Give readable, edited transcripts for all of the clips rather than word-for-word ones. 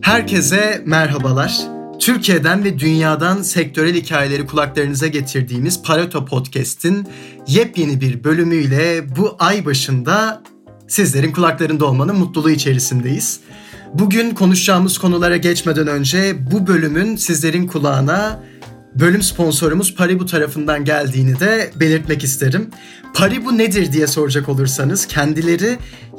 Herkese merhabalar. Türkiye'den ve dünyadan sektörel hikayeleri kulaklarınıza getirdiğimiz Pareto Podcast'in yepyeni bir bölümüyle bu ay başında sizlerin kulaklarında olmanın mutluluğu içerisindeyiz. Bugün konuşacağımız konulara geçmeden önce bu bölümün sizlerin kulağına bölüm sponsorumuz Paribu tarafından geldiğini de belirtmek isterim. Paribu nedir diye soracak olursanız kendileri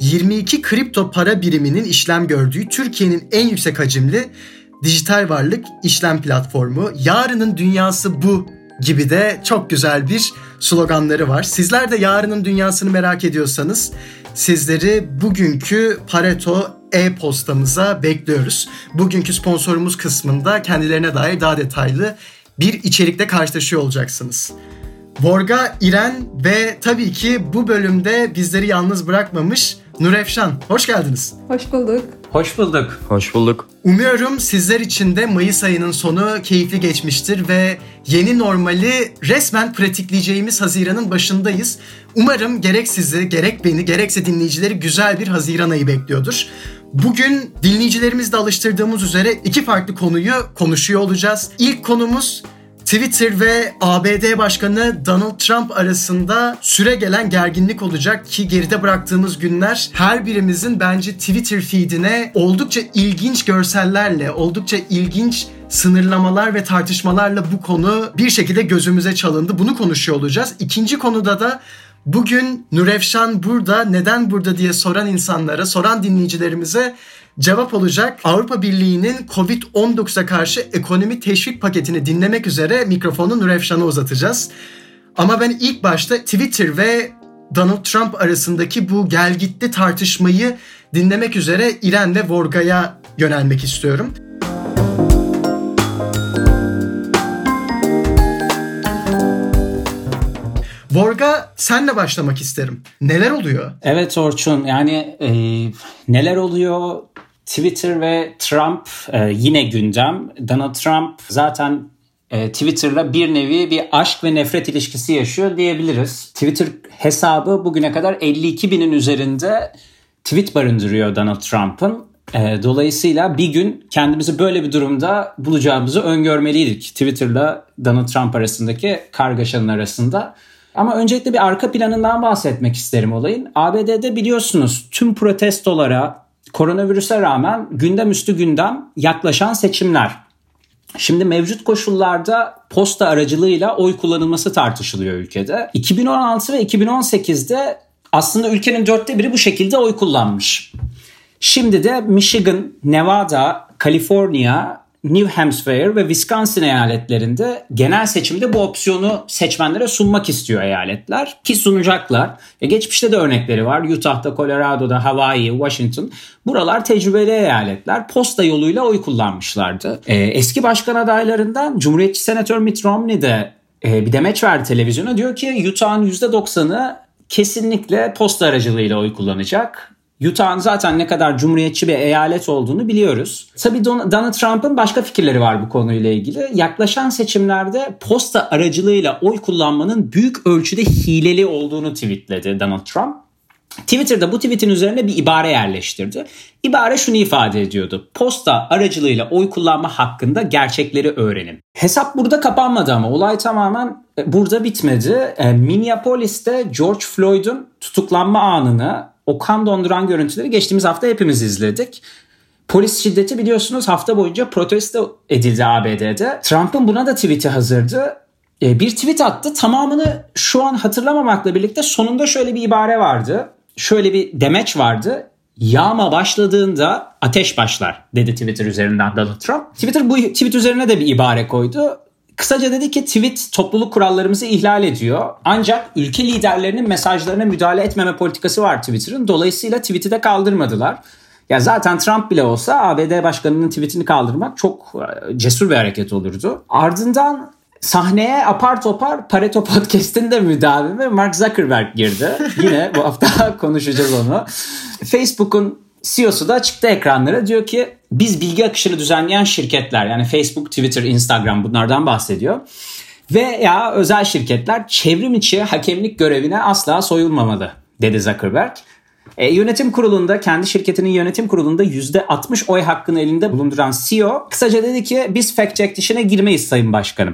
22 kripto para biriminin işlem gördüğü Türkiye'nin en yüksek hacimli dijital varlık işlem platformu. Yarının dünyası bu gibi de çok güzel bir sloganları var. Sizler de yarının dünyasını merak ediyorsanız sizleri bugünkü Pareto e-postamıza bekliyoruz. Bugünkü sponsorumuz kısmında kendilerine dair daha detaylı bir içerikle karşılaşıyor olacaksınız. Vorga, İren ve tabii ki bu bölümde bizleri yalnız bırakmamış Nurefşan. Hoş geldiniz. Hoş bulduk. Hoş bulduk. Hoş bulduk. Umuyorum sizler için de Mayıs ayının sonu keyifli geçmiştir ve yeni normali resmen pratikleyeceğimiz Haziran'ın başındayız. Umarım gerek sizi, gerek beni, gerekse dinleyicileri güzel bir Haziran ayı bekliyordur. Bugün dinleyicilerimizle alıştırdığımız üzere iki farklı konuyu konuşuyor olacağız. İlk konumuz Twitter ve ABD Başkanı Donald Trump arasında süregelen gerginlik olacak ki geride bıraktığımız günler her birimizin bence Twitter feedine oldukça ilginç görsellerle, oldukça ilginç sınırlamalar ve tartışmalarla bu konu bir şekilde gözümüze çalındı. Bunu konuşuyor olacağız. İkinci konuda da bugün Nurefşan burada, neden burada diye soran insanlara, soran dinleyicilerimize cevap olacak. Avrupa Birliği'nin Covid-19'a karşı ekonomi teşvik paketini dinlemek üzere mikrofonu Nurefşan'a uzatacağız. Ama ben ilk başta Twitter ve Donald Trump arasındaki bu gelgitli tartışmayı dinlemek üzere İren ve Vorga'ya yönelmek istiyorum. Vorga, senle başlamak isterim. Neler oluyor? Evet Orçun, yani neler oluyor? Twitter ve Trump yine gündem. Donald Trump zaten Twitter'la bir nevi bir aşk ve nefret ilişkisi yaşıyor diyebiliriz. Twitter hesabı bugüne kadar 52 binin üzerinde tweet barındırıyor Donald Trump'ın. Dolayısıyla bir gün kendimizi böyle bir durumda bulacağımızı öngörmeliydik. Twitter'la Donald Trump arasındaki kargaşanın arasında. Ama öncelikle bir arka planından bahsetmek isterim olayın. ABD'de biliyorsunuz tüm protestolara, koronavirüse rağmen gündem üstü gündem yaklaşan seçimler. Şimdi mevcut koşullarda posta aracılığıyla oy kullanılması tartışılıyor ülkede. 2016 ve 2018'de aslında ülkenin 1/4 bu şekilde oy kullanmış. Şimdi de Michigan, Nevada, Kaliforniya, New Hampshire ve Wisconsin eyaletlerinde genel seçimde bu opsiyonu seçmenlere sunmak istiyor eyaletler ki sunacaklar. Geçmişte de örnekleri var. Utah'da, Colorado'da, Hawaii, Washington. Buralar tecrübeli eyaletler. Posta yoluyla oy kullanmışlardı. Eski başkan adaylarından Cumhuriyetçi Senatör Mitt Romney de bir demeç verdi televizyona. Diyor ki Utah'ın %90'ı kesinlikle posta aracılığıyla oy kullanacak. Utah'ın zaten ne kadar cumhuriyetçi bir eyalet olduğunu biliyoruz. Tabii Donald Trump'ın başka fikirleri var bu konuyla ilgili. Yaklaşan seçimlerde posta aracılığıyla oy kullanmanın büyük ölçüde hileli olduğunu tweetledi Donald Trump. Twitter'da bu tweetin üzerine bir ibare yerleştirdi. İbare şunu ifade ediyordu. Posta aracılığıyla oy kullanma hakkında gerçekleri öğrenin. Hesap burada kapanmadı ama olay tamamen burada bitmedi. Minneapolis'te George Floyd'un tutuklanma anını, o kan donduran görüntüleri geçtiğimiz hafta hepimiz izledik. Polis şiddeti biliyorsunuz hafta boyunca protesto edildi ABD'de. Trump'ın buna da tweet'i hazırdı. Bir tweet attı. Tamamını şu an hatırlamamakla birlikte sonunda şöyle bir ibare vardı. Şöyle bir demeç vardı. Yağma başladığında ateş başlar dedi Twitter üzerinden Donald Trump. Twitter bu tweet üzerine de bir ibare koydu. Kısaca dedi ki tweet topluluk kurallarımızı ihlal ediyor. Ancak ülke liderlerinin mesajlarına müdahale etmeme politikası var Twitter'ın. Dolayısıyla tweet'i de kaldırmadılar. Ya zaten Trump bile olsa ABD başkanının tweetini kaldırmak çok cesur bir hareket olurdu. Ardından sahneye apar topar Pareto Podcast'in de müdavimi Mark Zuckerberg girdi. Yine bu hafta konuşacağız onu. Facebook'un CEO'su da çıktı ekranlara, diyor ki biz bilgi akışını düzenleyen şirketler, yani Facebook, Twitter, Instagram, bunlardan bahsediyor. Veya özel şirketler çevrim içi hakemlik görevine asla soyulmamalı dedi Zuckerberg. Yönetim kurulunda, kendi şirketinin yönetim kurulunda %60 oy hakkını elinde bulunduran CEO kısaca dedi ki biz fact check işine girmeyiz Sayın Başkanım.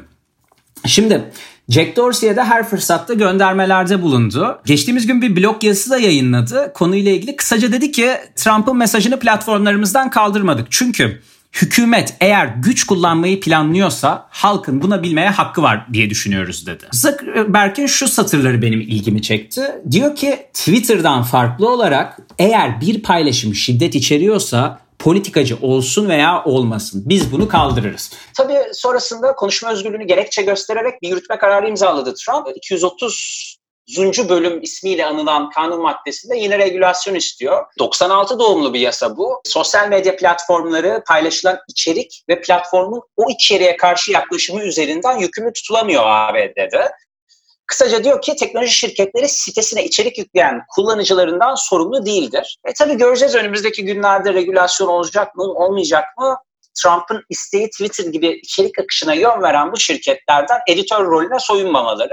Şimdi Jack Dorsey'e de her fırsatta göndermelerde bulundu. Geçtiğimiz gün bir blog yazısı da yayınladı. Konuyla ilgili kısaca dedi ki Trump'ın mesajını platformlarımızdan kaldırmadık. Çünkü hükümet eğer güç kullanmayı planlıyorsa halkın buna bilmeye hakkı var diye düşünüyoruz dedi. Zuckerberg'in şu satırları benim ilgimi çekti. Diyor ki Twitter'dan farklı olarak eğer bir paylaşım şiddet içeriyorsa politikacı olsun veya olmasın biz bunu kaldırırız. Tabii sonrasında konuşma özgürlüğünü gerekçe göstererek bir yürütme kararı imzaladı Trump. 230. bölüm ismiyle anılan kanun maddesinde yine regülasyon istiyor. 96 doğumlu bir yasa bu. Sosyal medya platformları paylaşılan içerik ve platformun o içeriğe karşı yaklaşımı üzerinden yükümlü tutulamıyor ABD'de. Kısaca diyor ki teknoloji şirketleri sitesine içerik yükleyen kullanıcılarından sorumlu değildir. Tabii göreceğiz önümüzdeki günlerde regülasyon olacak mı, olmayacak mı? Trump'ın isteği Twitter gibi içerik akışına yön veren bu şirketlerden editör rolüne soyunmamaları.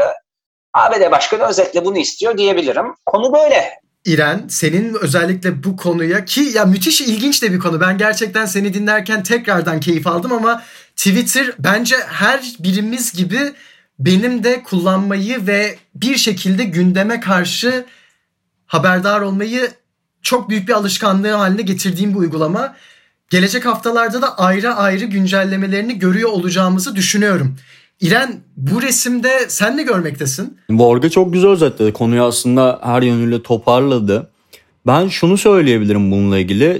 ABD Başkanı özetle bunu istiyor diyebilirim. Konu böyle. İren, senin özellikle bu konuya ki ya müthiş ilginç de bir konu. Ben gerçekten seni dinlerken tekrardan keyif aldım ama Twitter bence her birimiz gibi benim de kullanmayı ve bir şekilde gündeme karşı haberdar olmayı çok büyük bir alışkanlığı haline getirdiğim bir uygulama. Gelecek haftalarda da ayrı ayrı güncellemelerini görüyor olacağımızı düşünüyorum. İren, bu resimde sen ne görmektesin? Borge çok güzel özetledi. Konuyu aslında her yönüyle toparladı. Ben şunu söyleyebilirim bununla ilgili.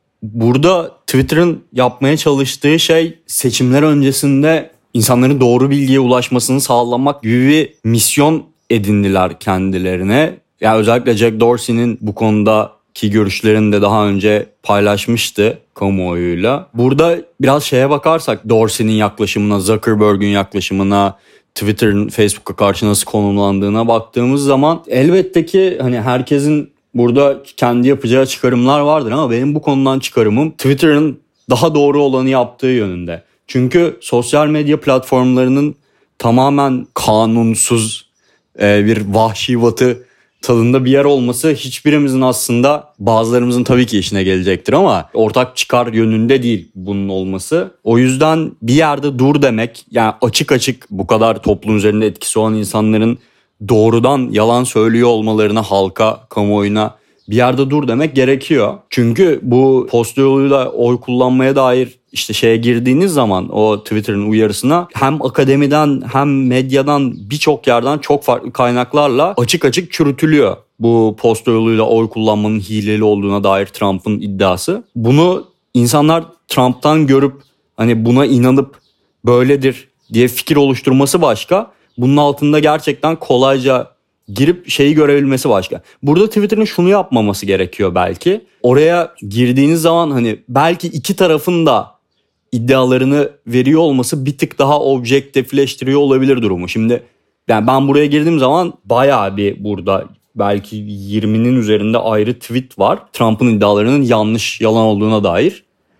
Burada Twitter'ın yapmaya çalıştığı şey seçimler öncesinde insanların doğru bilgiye ulaşmasını sağlamak gibi bir misyon edindiler kendilerine. Yani özellikle Jack Dorsey'nin bu konudaki görüşlerini de daha önce paylaşmıştı kamuoyuyla. Burada biraz şeye bakarsak Dorsey'nin yaklaşımına, Zuckerberg'ün yaklaşımına, Twitter'ın Facebook'a karşı nasıl konumlandığına baktığımız zaman elbette ki hani herkesin burada kendi yapacağı çıkarımlar vardır ama benim bu konudan çıkarımım Twitter'ın daha doğru olanı yaptığı yönünde. Çünkü sosyal medya platformlarının tamamen kanunsuz bir vahşi batı tadında bir yer olması hiçbirimizin aslında bazılarımızın tabii ki işine gelecektir ama ortak çıkar yönünde değil bunun olması. O yüzden bir yerde dur demek yani açık açık bu kadar toplum üzerinde etkisi olan insanların doğrudan yalan söylüyor olmalarına halka, kamuoyuna bir yerde dur demek gerekiyor. Çünkü bu posta yoluyla oy kullanmaya dair işte şeye girdiğiniz zaman o Twitter'ın uyarısına hem akademiden hem medyadan birçok yerden çok farklı kaynaklarla açık açık çürütülüyor. Bu posta yoluyla oy kullanmanın hileli olduğuna dair Trump'ın iddiası. Bunu insanlar Trump'tan görüp hani buna inanıp böyledir diye fikir oluşturması başka. Bunun altında gerçekten kolayca girip şeyi görebilmesi başka. Burada Twitter'ın şunu yapmaması gerekiyor belki. Oraya girdiğiniz zaman hani belki iki tarafın da iddialarını veriyor olması bir tık daha objektifleştiriyor olabilir durumu. Şimdi yani ben buraya girdiğim zaman bayağı bir burada belki 20'nin üzerinde ayrı tweet var. Trump'ın iddialarının yanlış, yalan olduğuna dair.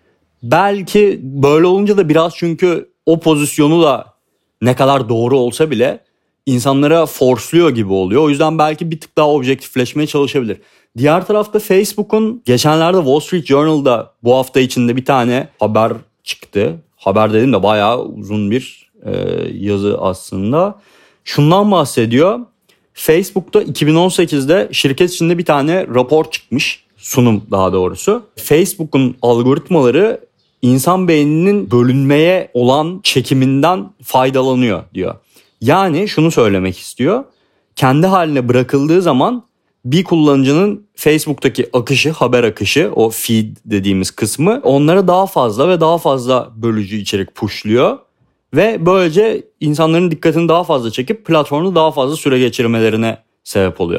Belki böyle olunca da biraz çünkü o pozisyonu da ne kadar doğru olsa bile insanlara forsluyor gibi oluyor. O yüzden belki bir tık daha objektifleşmeye çalışabilir. Diğer tarafta Facebook'un geçenlerde Wall Street Journal'da bu hafta içinde bir tane haber çıktı. Haber dedim de bayağı uzun bir yazı aslında. Şundan bahsediyor. Facebook'ta 2018'de şirket içinde bir tane rapor çıkmış. Sunum daha doğrusu. Facebook'un algoritmaları insan beyninin bölünmeye olan çekiminden faydalanıyor diyor. Yani şunu söylemek istiyor. Kendi haline bırakıldığı zaman bir kullanıcının Facebook'taki akışı, haber akışı, o feed dediğimiz kısmı onlara daha fazla ve daha fazla bölücü içerik pushluyor. Ve böylece insanların dikkatini daha fazla çekip platformu daha fazla süre geçirmelerine sebep oluyor.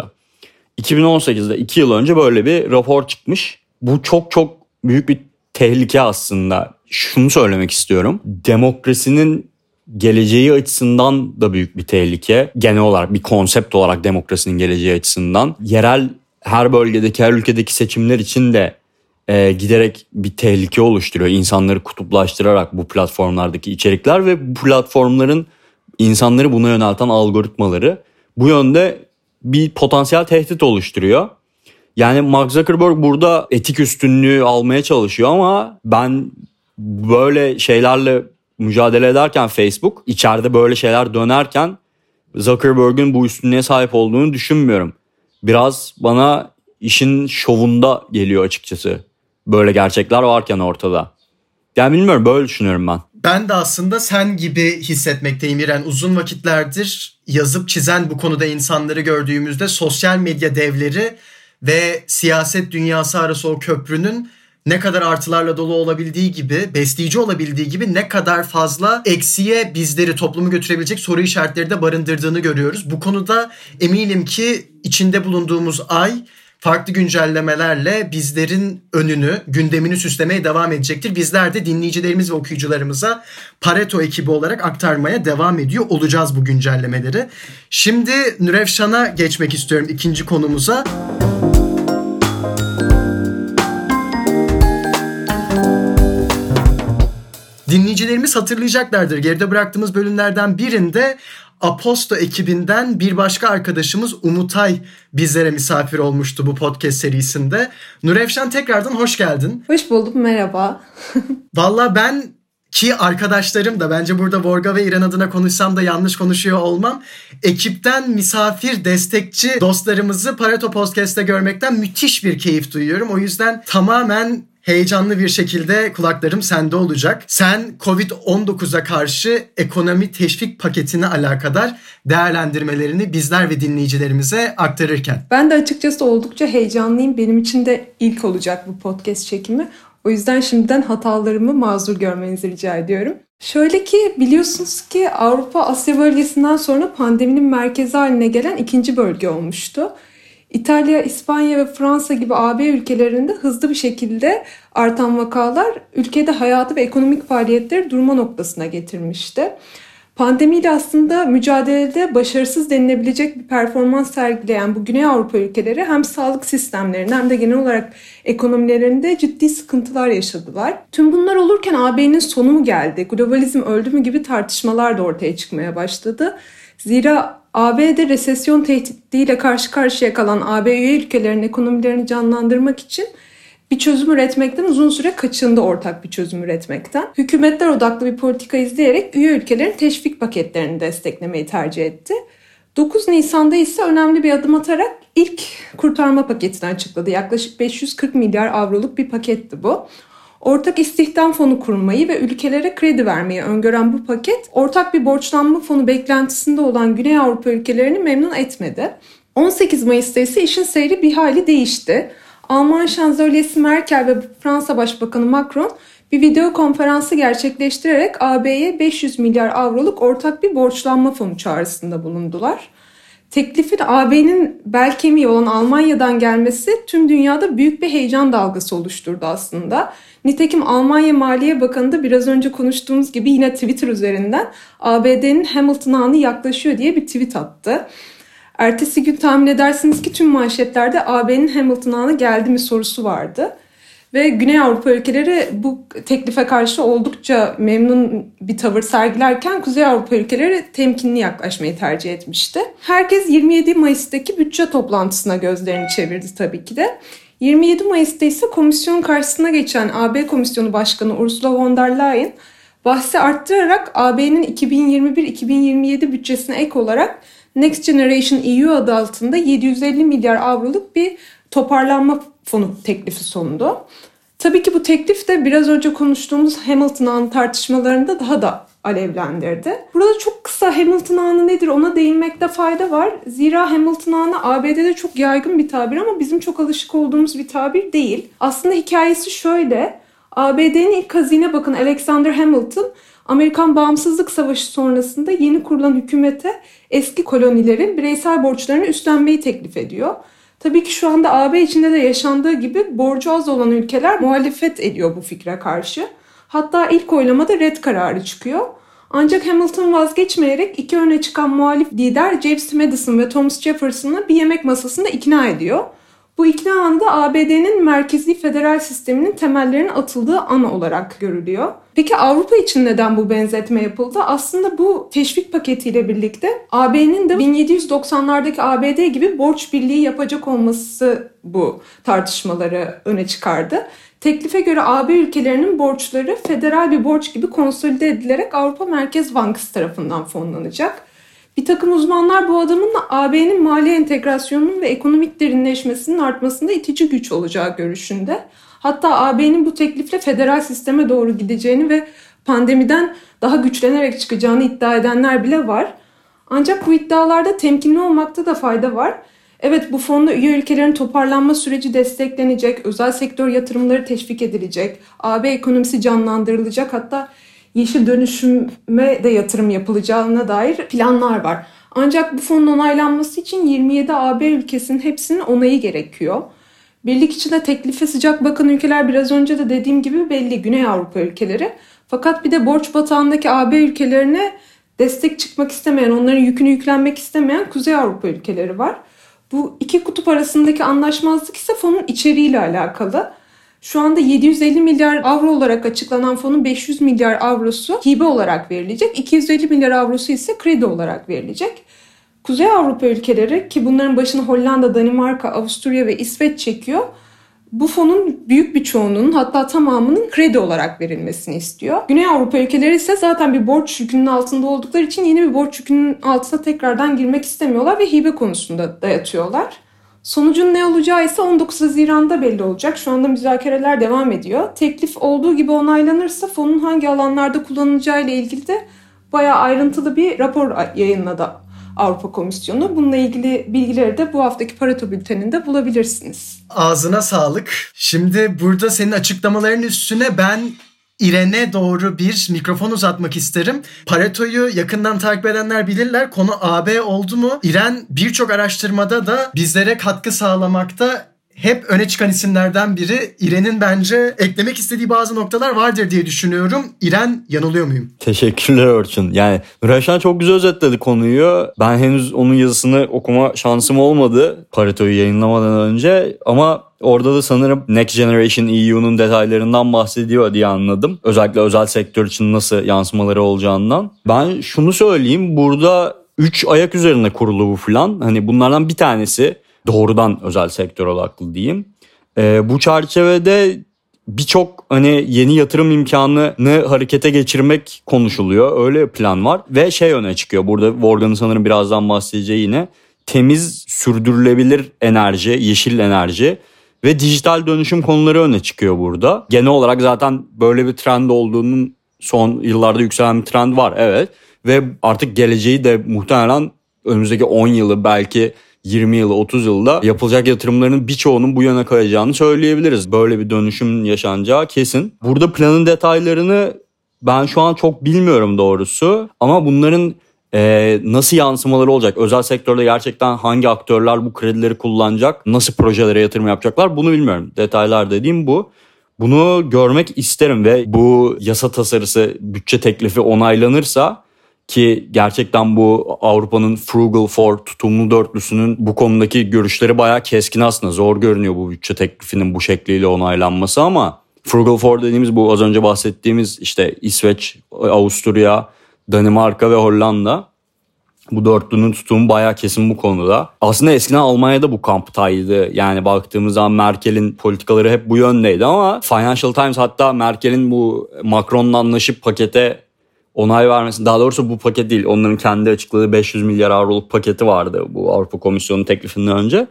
2018'de 2 yıl önce böyle bir rapor çıkmış. Bu çok çok büyük bir tehlike aslında. Şunu söylemek istiyorum. Demokrasinin geleceği açısından da büyük bir tehlike. Genel olarak bir konsept olarak demokrasinin geleceği açısından. Yerel her bölgedeki, her ülkedeki seçimler için de giderek bir tehlike oluşturuyor. İnsanları kutuplaştırarak bu platformlardaki içerikler ve bu platformların insanları buna yönelten algoritmaları bu yönde bir potansiyel tehdit oluşturuyor. Yani Mark Zuckerberg burada etik üstünlüğü almaya çalışıyor ama ben böyle şeylerle mücadele ederken Facebook, içeride böyle şeyler dönerken Zuckerberg'ün bu üstünlüğe sahip olduğunu düşünmüyorum. Biraz bana işin şovunda geliyor açıkçası. Böyle gerçekler varken ortada. Yani bilmiyorum, böyle düşünüyorum ben. Ben de aslında sen gibi hissetmekteyim İren. Uzun vakitlerdir yazıp çizen bu konuda insanları gördüğümüzde sosyal medya devleri ve siyaset dünyası arası o köprünün ne kadar artılarla dolu olabildiği gibi, besleyici olabildiği gibi ne kadar fazla eksiye bizleri, toplumu götürebilecek soru işaretleri de barındırdığını görüyoruz. Bu konuda eminim ki içinde bulunduğumuz ay farklı güncellemelerle bizlerin önünü, gündemini süslemeye devam edecektir. Bizler de dinleyicilerimiz ve okuyucularımıza Pareto ekibi olarak aktarmaya devam ediyor olacağız bu güncellemeleri. Şimdi Nurefşan'a geçmek istiyorum ikinci konumuza. Dinleyicilerimiz hatırlayacaklardır. Geride bıraktığımız bölümlerden birinde Aposto ekibinden bir başka arkadaşımız Umutay bizlere misafir olmuştu bu podcast serisinde. Nurefşan, tekrardan hoş geldin. Hoş bulduk, merhaba. Valla ben ki arkadaşlarım da, bence burada Vorga ve İren adına konuşsam da yanlış konuşuyor olmam, ekipten misafir, destekçi dostlarımızı Pareto Podcast'te görmekten müthiş bir keyif duyuyorum. O yüzden tamamen heyecanlı bir şekilde kulaklarım sende olacak. Sen Covid-19'a karşı ekonomi teşvik paketine alakadar değerlendirmelerini bizler ve dinleyicilerimize aktarırken. Ben de açıkçası oldukça heyecanlıyım. Benim için de ilk olacak bu podcast çekimi. O yüzden şimdiden hatalarımı mazur görmenizi rica ediyorum. Şöyle ki, biliyorsunuz ki Avrupa-Asya bölgesinden sonra pandeminin merkezi haline gelen ikinci bölge olmuştu. İtalya, İspanya ve Fransa gibi AB ülkelerinde hızlı bir şekilde artan vakalar ülkede hayatı ve ekonomik faaliyetleri durma noktasına getirmişti. Pandemiyle aslında mücadelede başarısız denilebilecek bir performans sergileyen bu Güney Avrupa ülkeleri hem sağlık sistemlerinde hem de genel olarak ekonomilerinde ciddi sıkıntılar yaşadılar. Tüm bunlar olurken AB'nin sonu mu geldi, globalizm öldü mü gibi tartışmalar da ortaya çıkmaya başladı. Zira AB'de resesyon tehdidiyle karşı karşıya kalan AB üye ülkelerin ekonomilerini canlandırmak için bir çözüm üretmekten uzun süre kaçındı, ortak bir çözüm üretmekten. Hükümetler odaklı bir politika izleyerek üye ülkelerin teşvik paketlerini desteklemeyi tercih etti. 9 Nisan'da ise önemli bir adım atarak ilk kurtarma paketini açıkladı. Yaklaşık 540 milyar avroluk bir paketti bu. Ortak istihdam fonu kurmayı ve ülkelere kredi vermeyi öngören bu paket, ortak bir borçlanma fonu beklentisinde olan Güney Avrupa ülkelerini memnun etmedi. 18 Mayıs'ta ise işin seyri bir hali değişti. Alman Şansölyesi Merkel ve Fransa Başbakanı Macron bir video konferansı gerçekleştirerek AB'ye 500 milyar avroluk ortak bir borçlanma fonu çağrısında bulundular. Teklifin AB'nin bel kemiği olan Almanya'dan gelmesi tüm dünyada büyük bir heyecan dalgası oluşturdu aslında. Nitekim Almanya Maliye Bakanı da biraz önce konuştuğumuz gibi yine Twitter üzerinden ABD'nin Hamilton anı yaklaşıyor diye bir tweet attı. Ertesi gün tahmin edersiniz ki tüm manşetlerde AB'nin Hamilton anı geldi mi sorusu vardı. Ve Güney Avrupa ülkeleri bu teklife karşı oldukça memnun bir tavır sergilerken Kuzey Avrupa ülkeleri temkinli yaklaşmayı tercih etmişti. Herkes 27 Mayıs'taki bütçe toplantısına gözlerini çevirdi tabii ki de. 27 Mayıs'ta ise komisyonun karşısına geçen AB Komisyonu Başkanı Ursula von der Leyen bahsi arttırarak AB'nin 2021-2027 bütçesine ek olarak Next Generation EU adı altında 750 milyar avroluk bir toparlanma fonu teklifi sundu. Tabii ki bu teklif de biraz önce konuştuğumuz Hamilton Anı tartışmalarında daha da alevlendirdi. Burada çok kısa Hamilton Anı nedir ona değinmekte fayda var. Zira Hamilton Anı ABD'de çok yaygın bir tabir ama bizim çok alışık olduğumuz bir tabir değil. Aslında hikayesi şöyle: ABD'nin ilk Hazine Bakanı Alexander Hamilton, Amerikan Bağımsızlık Savaşı sonrasında yeni kurulan hükümete eski kolonilerin bireysel borçlarını üstlenmeyi teklif ediyor. Tabii ki şu anda AB içinde de yaşandığı gibi borcu az olan ülkeler muhalefet ediyor bu fikre karşı. Hatta ilk oylamada red kararı çıkıyor. Ancak Hamilton vazgeçmeyerek iki öne çıkan muhalif lider James Madison ve Thomas Jefferson'ı bir yemek masasında ikna ediyor. Bu ikna anı da ABD'nin merkezi federal sisteminin temellerinin atıldığı an olarak görülüyor. Peki Avrupa için neden bu benzetme yapıldı? Aslında bu teşvik paketiyle birlikte AB'nin de 1790'lardaki ABD gibi borç birliği yapacak olması bu tartışmaları öne çıkardı. Teklife göre AB ülkelerinin borçları federal bir borç gibi konsolide edilerek Avrupa Merkez Bankası tarafından fonlanacak. Bir takım uzmanlar bu adımın AB'nin mali entegrasyonunun ve ekonomik derinleşmesinin artmasında itici güç olacağı görüşünde. Hatta AB'nin bu teklifle federal sisteme doğru gideceğini ve pandemiden daha güçlenerek çıkacağını iddia edenler bile var. Ancak bu iddialarda temkinli olmakta da fayda var. Evet, bu fonda üye ülkelerin toparlanma süreci desteklenecek, özel sektör yatırımları teşvik edilecek, AB ekonomisi canlandırılacak, hatta yeşil dönüşüme de yatırım yapılacağına dair planlar var. Ancak bu fonun onaylanması için 27 AB ülkesinin hepsinin onayı gerekiyor. Birlik içinde teklife sıcak bakan ülkeler biraz önce de dediğim gibi belli, Güney Avrupa ülkeleri. Fakat bir de borç batağındaki AB ülkelerine destek çıkmak istemeyen, onların yükünü yüklenmek istemeyen Kuzey Avrupa ülkeleri var. Bu iki kutup arasındaki anlaşmazlık ise fonun içeriğiyle alakalı. Şu anda 750 milyar avro olarak açıklanan fonun 500 milyar avrosu hibe olarak verilecek. 250 milyar avrosu ise kredi olarak verilecek. Kuzey Avrupa ülkeleri, ki bunların başını Hollanda, Danimarka, Avusturya ve İsveç çekiyor, bu fonun büyük bir çoğunluğunun, hatta tamamının kredi olarak verilmesini istiyor. Güney Avrupa ülkeleri ise zaten bir borç yükünün altında oldukları için yeni bir borç yükünün altına tekrardan girmek istemiyorlar ve hibe konusunda dayatıyorlar. Sonucun ne olacağı ise 19 Haziran'da belli olacak. Şu anda müzakereler devam ediyor. Teklif olduğu gibi onaylanırsa fonun hangi alanlarda kullanılacağı ile ilgili de bayağı ayrıntılı bir rapor yayınladı Avrupa Komisyonu. Bununla ilgili bilgileri de bu haftaki Pareto Bülteni'nde bulabilirsiniz. Ağzına sağlık. Şimdi burada senin açıklamaların üstüne ben İren'e doğru bir mikrofon uzatmak isterim. Pareto'yu yakından takip edenler bilirler. Konu AB oldu mu? İren birçok araştırmada da bizlere katkı sağlamakta hep öne çıkan isimlerden biri. İren'in bence eklemek istediği bazı noktalar vardır diye düşünüyorum. İren, yanılıyor muyum? Teşekkürler Orçun. Yani Nurhaşan çok güzel özetledi konuyu. Ben henüz onun yazısını okuma şansım olmadı Pareto'yu yayınlamadan önce. Ama orada da sanırım Next Generation EU'nun detaylarından bahsediyor diye anladım. Özellikle özel sektör için nasıl yansımaları olacağından. Ben şunu söyleyeyim. Burada 3 ayak üzerine kurulu bu plan. Hani bunlardan bir tanesi doğrudan özel sektör odaklı diyeyim. Bu çerçevede birçok hani yeni yatırım imkanını harekete geçirmek konuşuluyor. Öyle bir plan var ve öne çıkıyor. Burada Morgan'ın sanırım birazdan bahsedeceği yine temiz, sürdürülebilir enerji, yeşil enerji ve dijital dönüşüm konuları öne çıkıyor burada. Genel olarak zaten böyle bir trend olduğunun son yıllarda yükselen bir trend var, evet. Ve artık geleceği de muhtemelen önümüzdeki 10 yılı, belki 20 yılı, 30 yılda yapılacak yatırımların birçoğunun bu yöne kayacağını söyleyebiliriz. Böyle bir dönüşüm yaşanacağı kesin. Burada planın detaylarını ben şu an çok bilmiyorum doğrusu. Ama bunların nasıl yansımaları olacak? Özel sektörde gerçekten hangi aktörler bu kredileri kullanacak? Nasıl projelere yatırım yapacaklar? Bunu bilmiyorum. Detaylar dediğim bu. Bunu görmek isterim ve bu yasa tasarısı, bütçe teklifi onaylanırsa, ki gerçekten bu Avrupa'nın Frugal Four, tutumlu dörtlüsünün bu konudaki görüşleri bayağı keskin aslında. Zor görünüyor bu bütçe teklifinin bu şekliyle onaylanması ama Frugal Four dediğimiz bu az önce bahsettiğimiz işte İsveç, Avusturya, Danimarka ve Hollanda. Bu dörtlünün tutumu bayağı kesin bu konuda. Aslında eskiden Almanya'da bu kamptaydı. Yani baktığımız zaman Merkel'in politikaları hep bu yöndeydi ama Financial Times hatta Merkel'in bu Macron'la anlaşıp pakete onay vermesi, daha doğrusu bu paket değil, onların kendi açıkladığı 500 milyar avroluk paketi vardı bu Avrupa Komisyonu teklifinden önce.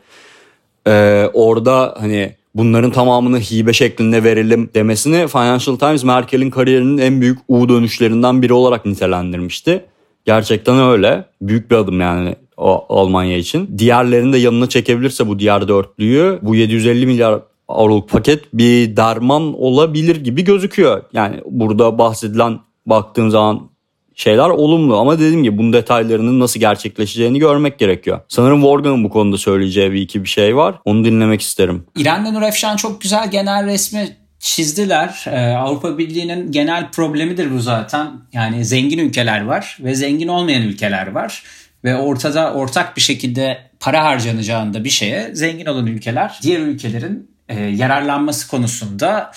Orada hani bunların tamamını hibe şeklinde verelim demesini Financial Times Merkel'in kariyerinin en büyük U dönüşlerinden biri olarak nitelendirmişti. Gerçekten öyle. Büyük bir adım yani Almanya için. Diğerlerini de yanına çekebilirse bu diğer dörtlüyü, bu 750 milyar avroluk paket bir derman olabilir gibi gözüküyor. Yani burada bahsedilen, baktığım zaman şeyler olumlu ama dediğim gibi bunun detaylarının nasıl gerçekleşeceğini görmek gerekiyor. Sanırım Morgan'ın bu konuda söyleyeceği bir şey var. Onu dinlemek isterim. İren'le Nurefşan çok güzel genel resmi çizdiler. Avrupa Birliği'nin genel problemidir bu zaten. Yani zengin ülkeler var ve zengin olmayan ülkeler var. Ve ortada ortak bir şekilde para harcanacağında bir şeye zengin olan ülkeler diğer ülkelerin yararlanması konusunda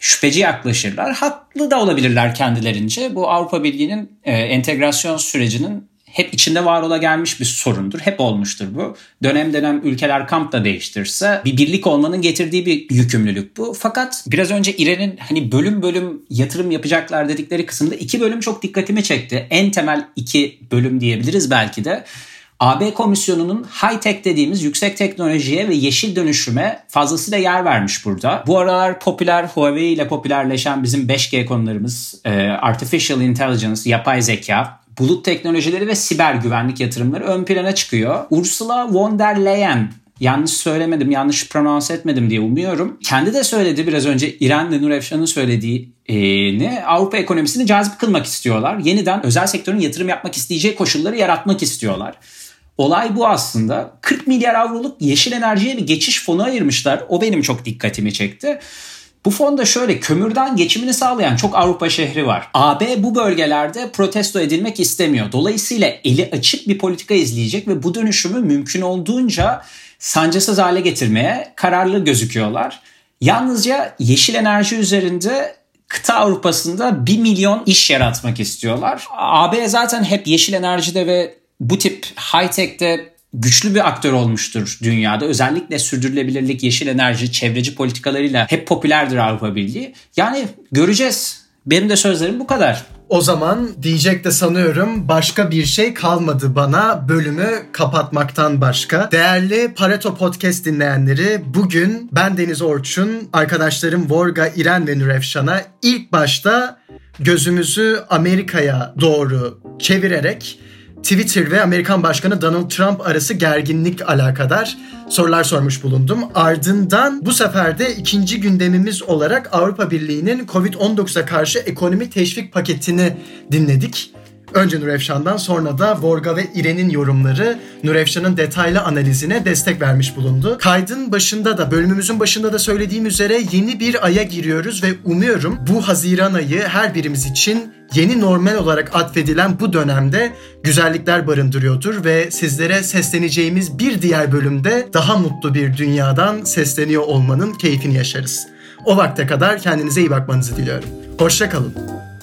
şüpheci yaklaşırlar. Haklı da olabilirler kendilerince. Bu Avrupa Birliği'nin entegrasyon sürecinin hep içinde var ola gelmiş bir sorundur. Hep olmuştur bu. Dönem dönem ülkeler kamp da değiştirse bir birlik olmanın getirdiği bir yükümlülük bu. Fakat biraz önce İren'in hani bölüm bölüm yatırım yapacaklar dedikleri kısımda 2 bölüm çok dikkatimi çekti. En temel 2 bölüm diyebiliriz belki de. AB Komisyonu'nun high-tech dediğimiz yüksek teknolojiye ve yeşil dönüşüme fazlasıyla yer vermiş burada. Bu aralar popüler, Huawei ile popülerleşen bizim 5G konularımız, Artificial Intelligence, yapay zeka, bulut teknolojileri ve siber güvenlik yatırımları ön plana çıkıyor. Ursula von der Leyen, yanlış söylemedim, yanlış prononse etmedim diye umuyorum. Kendi de söyledi biraz önce, İren'le Nur Efşan'ın söylediğini, Avrupa ekonomisini cazip kılmak istiyorlar. Yeniden özel sektörün yatırım yapmak isteyeceği koşulları yaratmak istiyorlar. Olay bu aslında. 40 milyar avroluk yeşil enerjiye bir geçiş fonu ayırmışlar. O benim çok dikkatimi çekti. Bu fonda şöyle, kömürden geçimini sağlayan çok Avrupa şehri var. AB bu bölgelerde protesto edilmek istemiyor. Dolayısıyla eli açık bir politika izleyecek ve bu dönüşümü mümkün olduğunca sancısız hale getirmeye kararlı gözüküyorlar. Yalnızca yeşil enerji üzerinde kıta Avrupa'sında 1 milyon iş yaratmak istiyorlar. AB zaten hep yeşil enerjide ve bu tip high-tech'te güçlü bir aktör olmuştur dünyada. Özellikle sürdürülebilirlik, yeşil enerji, çevreci politikalarıyla hep popülerdir Avrupa Birliği. Yani göreceğiz. Benim de sözlerim bu kadar. O zaman diyecek de sanıyorum başka bir şey kalmadı bana bölümü kapatmaktan başka. Değerli Pareto Podcast dinleyenleri, bugün ben Deniz Orçun, arkadaşlarım Vorga, İren ve Nur Efşan'a ilk başta gözümüzü Amerika'ya doğru çevirerek Twitter ve Amerikan Başkanı Donald Trump arası gerginlik alakadar sorular sormuş bulundum. Ardından bu sefer de ikinci gündemimiz olarak Avrupa Birliği'nin Covid-19'a karşı ekonomi teşvik paketini dinledik. Önce Nur Efşan'dan, sonra da Vorga ve İren'in yorumları Nur Efşan'ın detaylı analizine destek vermiş bulundu. Kaydın başında da, bölümümüzün başında da söylediğim üzere yeni bir aya giriyoruz ve umuyorum bu Haziran ayı her birimiz için yeni normal olarak atfedilen bu dönemde güzellikler barındırıyordur ve sizlere sesleneceğimiz bir diğer bölümde daha mutlu bir dünyadan sesleniyor olmanın keyfini yaşarız. O vakte kadar kendinize iyi bakmanızı diliyorum. Hoşça kalın.